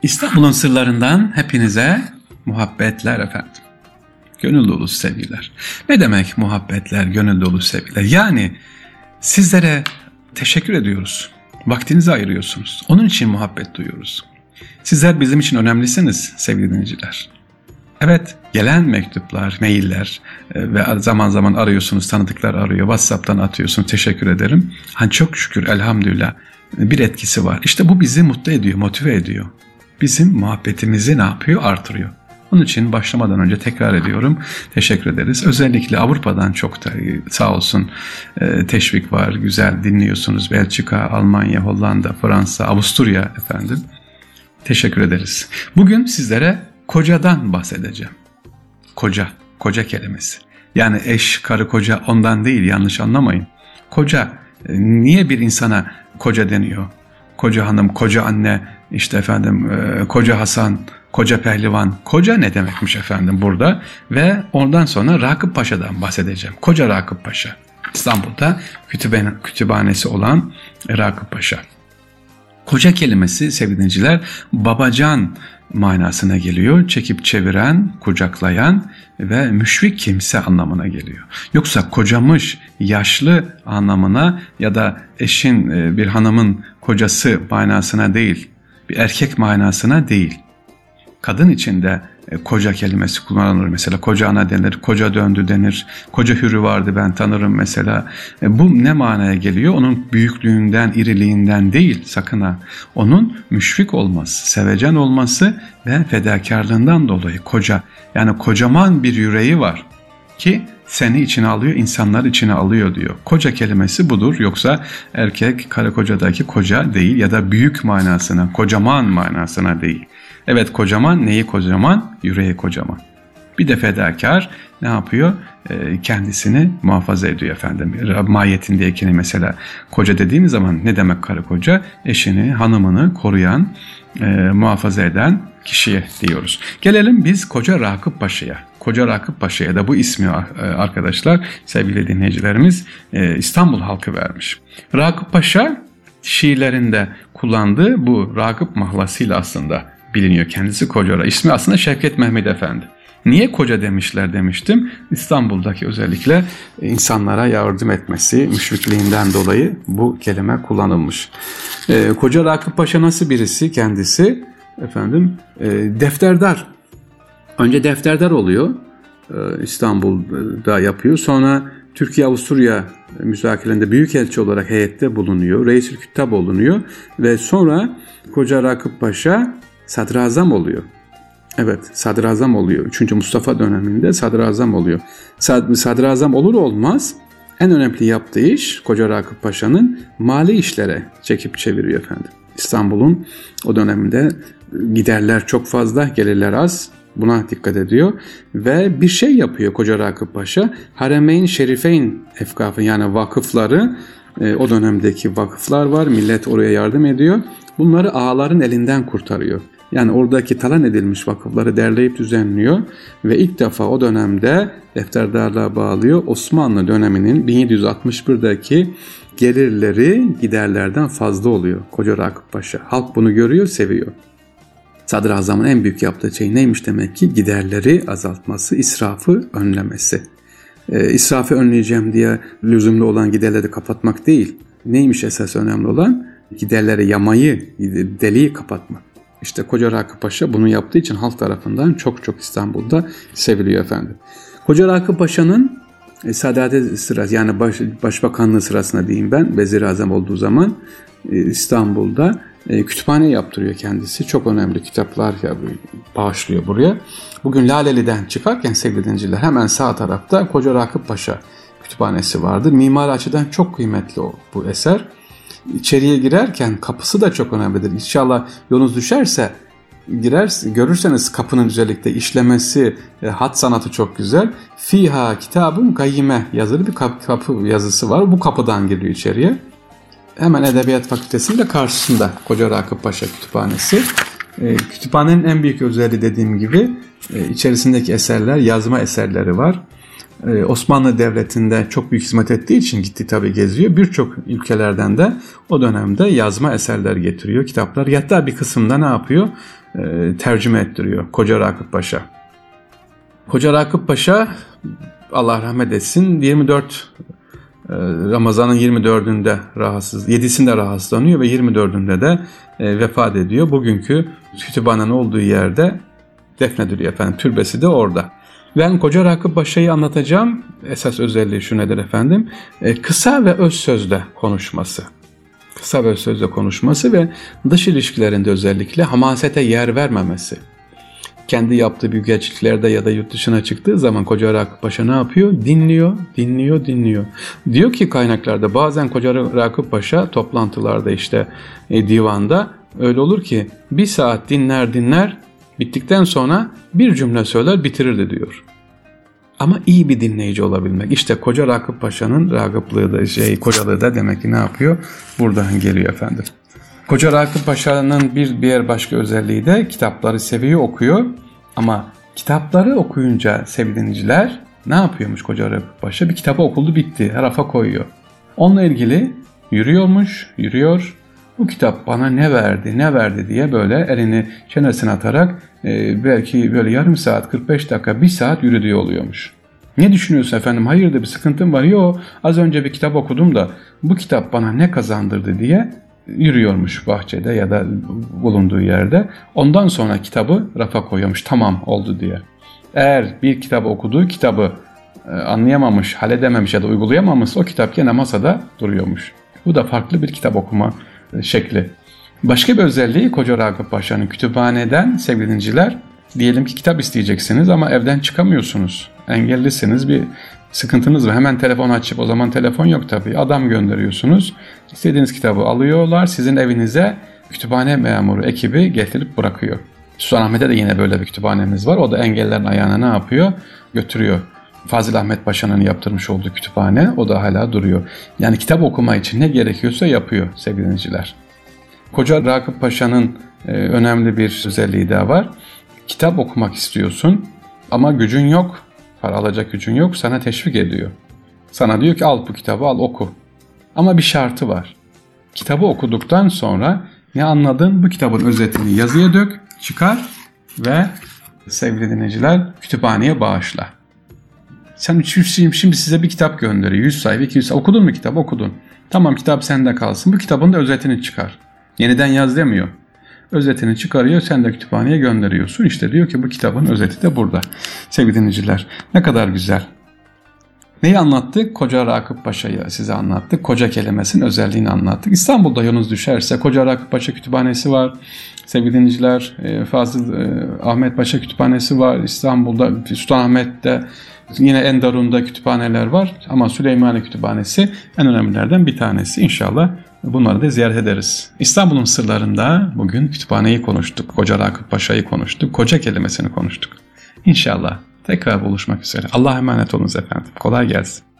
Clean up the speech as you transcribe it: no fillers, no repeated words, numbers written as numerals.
İstanbul'un sırlarından hepinize muhabbetler efendim. Gönül dolu sevgiler. Ne demek muhabbetler, gönül dolu sevgiler? Yani sizlere teşekkür ediyoruz. Vaktinizi ayırıyorsunuz. Onun için muhabbet duyuyoruz. Sizler bizim için önemlisiniz sevgili dinleyiciler. Evet, gelen mektuplar, mailler ve zaman zaman arıyorsunuz, tanıdıklar arıyor, WhatsApp'tan atıyorsunuz, teşekkür ederim. Çok şükür, elhamdülillah bir etkisi var. İşte bu bizi mutlu ediyor, motive ediyor. Bizim muhabbetimizi ne yapıyor? Artırıyor. Onun için başlamadan önce tekrar ediyorum, teşekkür ederiz. Özellikle Avrupa'dan çok da sağ olsun teşvik var, güzel dinliyorsunuz. Belçika, Almanya, Hollanda, Fransa, Avusturya efendim. Teşekkür ederiz. Bugün sizlere kocadan bahsedeceğim. Koca kelimesi. Yani eş, karı, koca ondan değil, yanlış anlamayın. Koca, niye bir insana koca deniyor? Koca hanım, koca anne, işte efendim koca Hasan, koca pehlivan. Koca ne demekmiş efendim burada? Ve ondan sonra Rakıp Paşa'dan bahsedeceğim. Koca Rakıp Paşa. İstanbul'da kütüphanesi olan Rakıp Paşa. Koca kelimesi sevgili dinleyiciler babacan manasına geliyor. Çekip çeviren, kucaklayan ve müşfik kimse anlamına geliyor. Yoksa kocamış, yaşlı anlamına ya da eşin, bir hanımın kocası manasına değil, bir erkek manasına değil. Kadın için de koca kelimesi kullanılır. Mesela koca ana denir, koca döndü denir, koca hürü vardı ben tanırım mesela. Bu ne manaya geliyor? Onun büyüklüğünden, iriliğinden değil sakın ha. Onun müşfik olması, sevecen olması ve fedakarlığından dolayı koca. Yani kocaman bir yüreği var ki seni içine alıyor, insanlar içine alıyor diyor. Koca kelimesi budur. Yoksa erkek, karı kocadaki koca değil ya da büyük manasına, kocaman manasına değil. Evet kocaman, neyi kocaman? Yüreği kocaman. Bir de fedakar ne yapıyor? Kendisini muhafaza ediyor efendim. Mahiyetindekini mesela koca dediğimiz zaman ne demek karı koca? Eşini, hanımını koruyan, muhafaza eden kişiye diyoruz. Gelelim biz Koca Rakıp Paşa'ya. Koca Rakıp Paşa'ya da bu ismi arkadaşlar, sevgili dinleyicilerimiz İstanbul halkı vermiş. Rakıp Paşa şiirlerinde kullandığı bu Rakıp mahlasıyla aslında biliniyor kendisi Koca. İsmi aslında Şevket Mehmet Efendi. Niye koca demişler demiştim. İstanbul'daki özellikle insanlara yardım etmesi, müşfikliğinden dolayı bu kelime kullanılmış. Koca Rakıp Paşa nasıl birisi kendisi? Efendim defterdar. Önce defterdar oluyor. İstanbul'da yapıyor. Sonra Türkiye-Avusturya müzakerelerinde büyükelçi olarak heyette bulunuyor. Reis-i Küttab olunuyor. Ve sonra Koca Rakıp Paşa sadrazam oluyor. Evet, sadrazam oluyor. 3. Mustafa döneminde sadrazam oluyor. Sadrazam olur olmaz en önemli yaptığı iş Koca Rakıp Paşa'nın mali işlere çekip çeviriyor efendim. İstanbul'un o döneminde giderler çok fazla, gelirler az. Buna dikkat ediyor ve bir şey yapıyor Koca Rakıp Paşa. Haremeyn Şerifeyn efkafı yani vakıfları, o dönemdeki vakıflar var. Millet oraya yardım ediyor. Bunları ağaların elinden kurtarıyor. Yani oradaki talan edilmiş vakıfları derleyip düzenliyor ve ilk defa o dönemde defterdarlığa bağlıyor. Osmanlı döneminin 1761'deki gelirleri giderlerden fazla oluyor Koca Rakıp Paşa. Halk bunu görüyor, seviyor. Sadrazamın en büyük yaptığı şey neymiş demek ki? Giderleri azaltması, israfı önlemesi. İsrafı önleyeceğim diye lüzumlu olan giderleri kapatmak değil. Neymiş esas önemli olan? Giderleri yamayı, deliği kapatmak. İşte Koca Rakıp Paşa bunu yaptığı için halk tarafından çok İstanbul'da seviliyor efendim. Koca Rakıp Paşa'nın sadadet sırası yani başbakanlığı sırasına diyeyim ben, Vezir-i Azam olduğu zaman İstanbul'da kütüphane yaptırıyor kendisi. Çok önemli kitaplar bağışlıyor buraya. Bugün Laleli'den çıkarken sevgili dinleyiciler hemen sağ tarafta Koca Rakıp Paşa kütüphanesi vardır. Mimari açıdan çok kıymetli bu eser. İçeriye girerken kapısı da çok önemlidir. İnşallah yolunuz düşerse görürseniz kapının özellikle işlemesi, hat sanatı çok güzel. Fiha kitabun gayyime yazılı bir kapı yazısı var. Bu kapıdan giriyor içeriye. Hemen Edebiyat Fakültesi'nin de karşısında Koca Rakıp Paşa Kütüphanesi. Kütüphanenin en büyük özelliği dediğim gibi içerisindeki eserler, yazma eserleri var. Osmanlı Devleti'nde çok büyük hizmet ettiği için gitti tabii geziyor. Birçok ülkelerden de o dönemde yazma eserler getiriyor, kitaplar. Hatta bir kısımda ne yapıyor? tercüme ettiriyor Koca Rakıp Paşa. Koca Rakıp Paşa, Allah rahmet etsin, 24 Ramazan'ın 24'ünde rahatsız, 7'sinde rahatsızlanıyor ve 24'ünde de vefat ediyor. Bugünkü kütüphanenin olduğu yerde defnediliyor efendim. Türbesi de orada. Ben Koca Rakıp Paşa'yı anlatacağım. Esas özelliği şu nedir efendim? Kısa ve öz sözle konuşması. Kısa ve öz sözle konuşması ve dış ilişkilerinde özellikle hamasete yer vermemesi. Kendi yaptığı büyükelçiliklerde ya da yurt dışına çıktığı zaman Koca Rakıp Paşa ne yapıyor? Dinliyor. Diyor ki kaynaklarda bazen Koca Rakıp Paşa toplantılarda işte divanda öyle olur ki bir saat dinler bittikten sonra bir cümle söyler bitirirdi diyor. Ama iyi bir dinleyici olabilmek. İşte Koca Rakıp Paşa'nın ragıplığı da kocalığı da demek ki ne yapıyor? Buradan geliyor efendim. Koca Rakıp Paşa'nın bir başka özelliği de kitapları seviyor, okuyor. Ama kitapları okuyunca sevgili dinleyiciler ne yapıyormuş Koca Rakıp Paşa? Bir kitabı okuldu bitti, rafa koyuyor. Onunla ilgili yürüyor. Bu kitap bana ne verdi diye böyle elini çenesine atarak belki böyle yarım saat, 45 dakika, 1 saat yürüdüğü oluyormuş. Ne düşünüyorsun efendim? Hayırdır bir sıkıntın var? Yok, az önce bir kitap okudum da bu kitap bana ne kazandırdı diye yürüyormuş bahçede ya da bulunduğu yerde. Ondan sonra kitabı rafa koyuyormuş. Tamam oldu diye. Eğer bir kitabı okuduğu kitabı anlayamamış, halledememiş ya da uygulayamamış o kitap gene masada duruyormuş. Bu da farklı bir kitap okuma şekli. Başka bir özelliği Koca Rakıp Paşa'nın kütüphaneden sevgili dinleyiciler, diyelim ki kitap isteyeceksiniz ama evden çıkamıyorsunuz. Engellisiniz, bir sıkıntınız var. Hemen telefon açıp, o zaman telefon yok tabii. Adam gönderiyorsunuz. İstediğiniz kitabı alıyorlar. Sizin evinize kütüphane memuru ekibi getirip bırakıyor. Sultanahmet'te de yine böyle bir kütüphanemiz var. O da engellilerin ayağına ne yapıyor? Götürüyor. Fazıl Ahmet Paşa'nın yaptırmış olduğu kütüphane, o da hala duruyor. Yani kitap okuma için ne gerekiyorsa yapıyor sevgili dinleyiciler. Koca Rakıp Paşa'nın önemli bir özelliği daha var. Kitap okumak istiyorsun ama gücün yok, para alacak gücün yok, sana teşvik ediyor. Sana diyor ki al bu kitabı, al oku. Ama bir şartı var. Kitabı okuduktan sonra ne anladın? Bu kitabın özetini yazıya dök, çıkar ve sevgili dinleyiciler kütüphaneye bağışla. Sen şimdi size bir kitap gönderiyor. 100 sayfa, 200 sayfa. Okudun mu kitabı? Okudun. Tamam, kitap sende kalsın. Bu kitabın da özetini çıkar. Yeniden yaz demiyor. Özetini çıkarıyor, sen de kütüphaneye gönderiyorsun. İşte diyor ki bu kitabın özeti de burada. Sevgili dinleyiciler, ne kadar güzel. Neyi anlattık? Koca Rakıp Paşa'yı size anlattık. Koca kelimesinin özelliğini anlattık. İstanbul'da yolunuz düşerse Koca Rakıp Paşa Kütüphanesi var. Sevgili dinleyiciler, Fazıl Ahmet Paşa Kütüphanesi var. İstanbul'da, Sultanahmet'te, yine Enderun'da kütüphaneler var. Ama Süleymaniye Kütüphanesi en önemlilerden bir tanesi. İnşallah bunları da ziyaret ederiz. İstanbul'un sırlarında bugün kütüphaneyi konuştuk. Koca Rakıp Paşa'yı konuştuk. Koca kelimesini konuştuk. İnşallah tekrar buluşmak üzere. Allah'a emanet olunuz efendim. Kolay gelsin.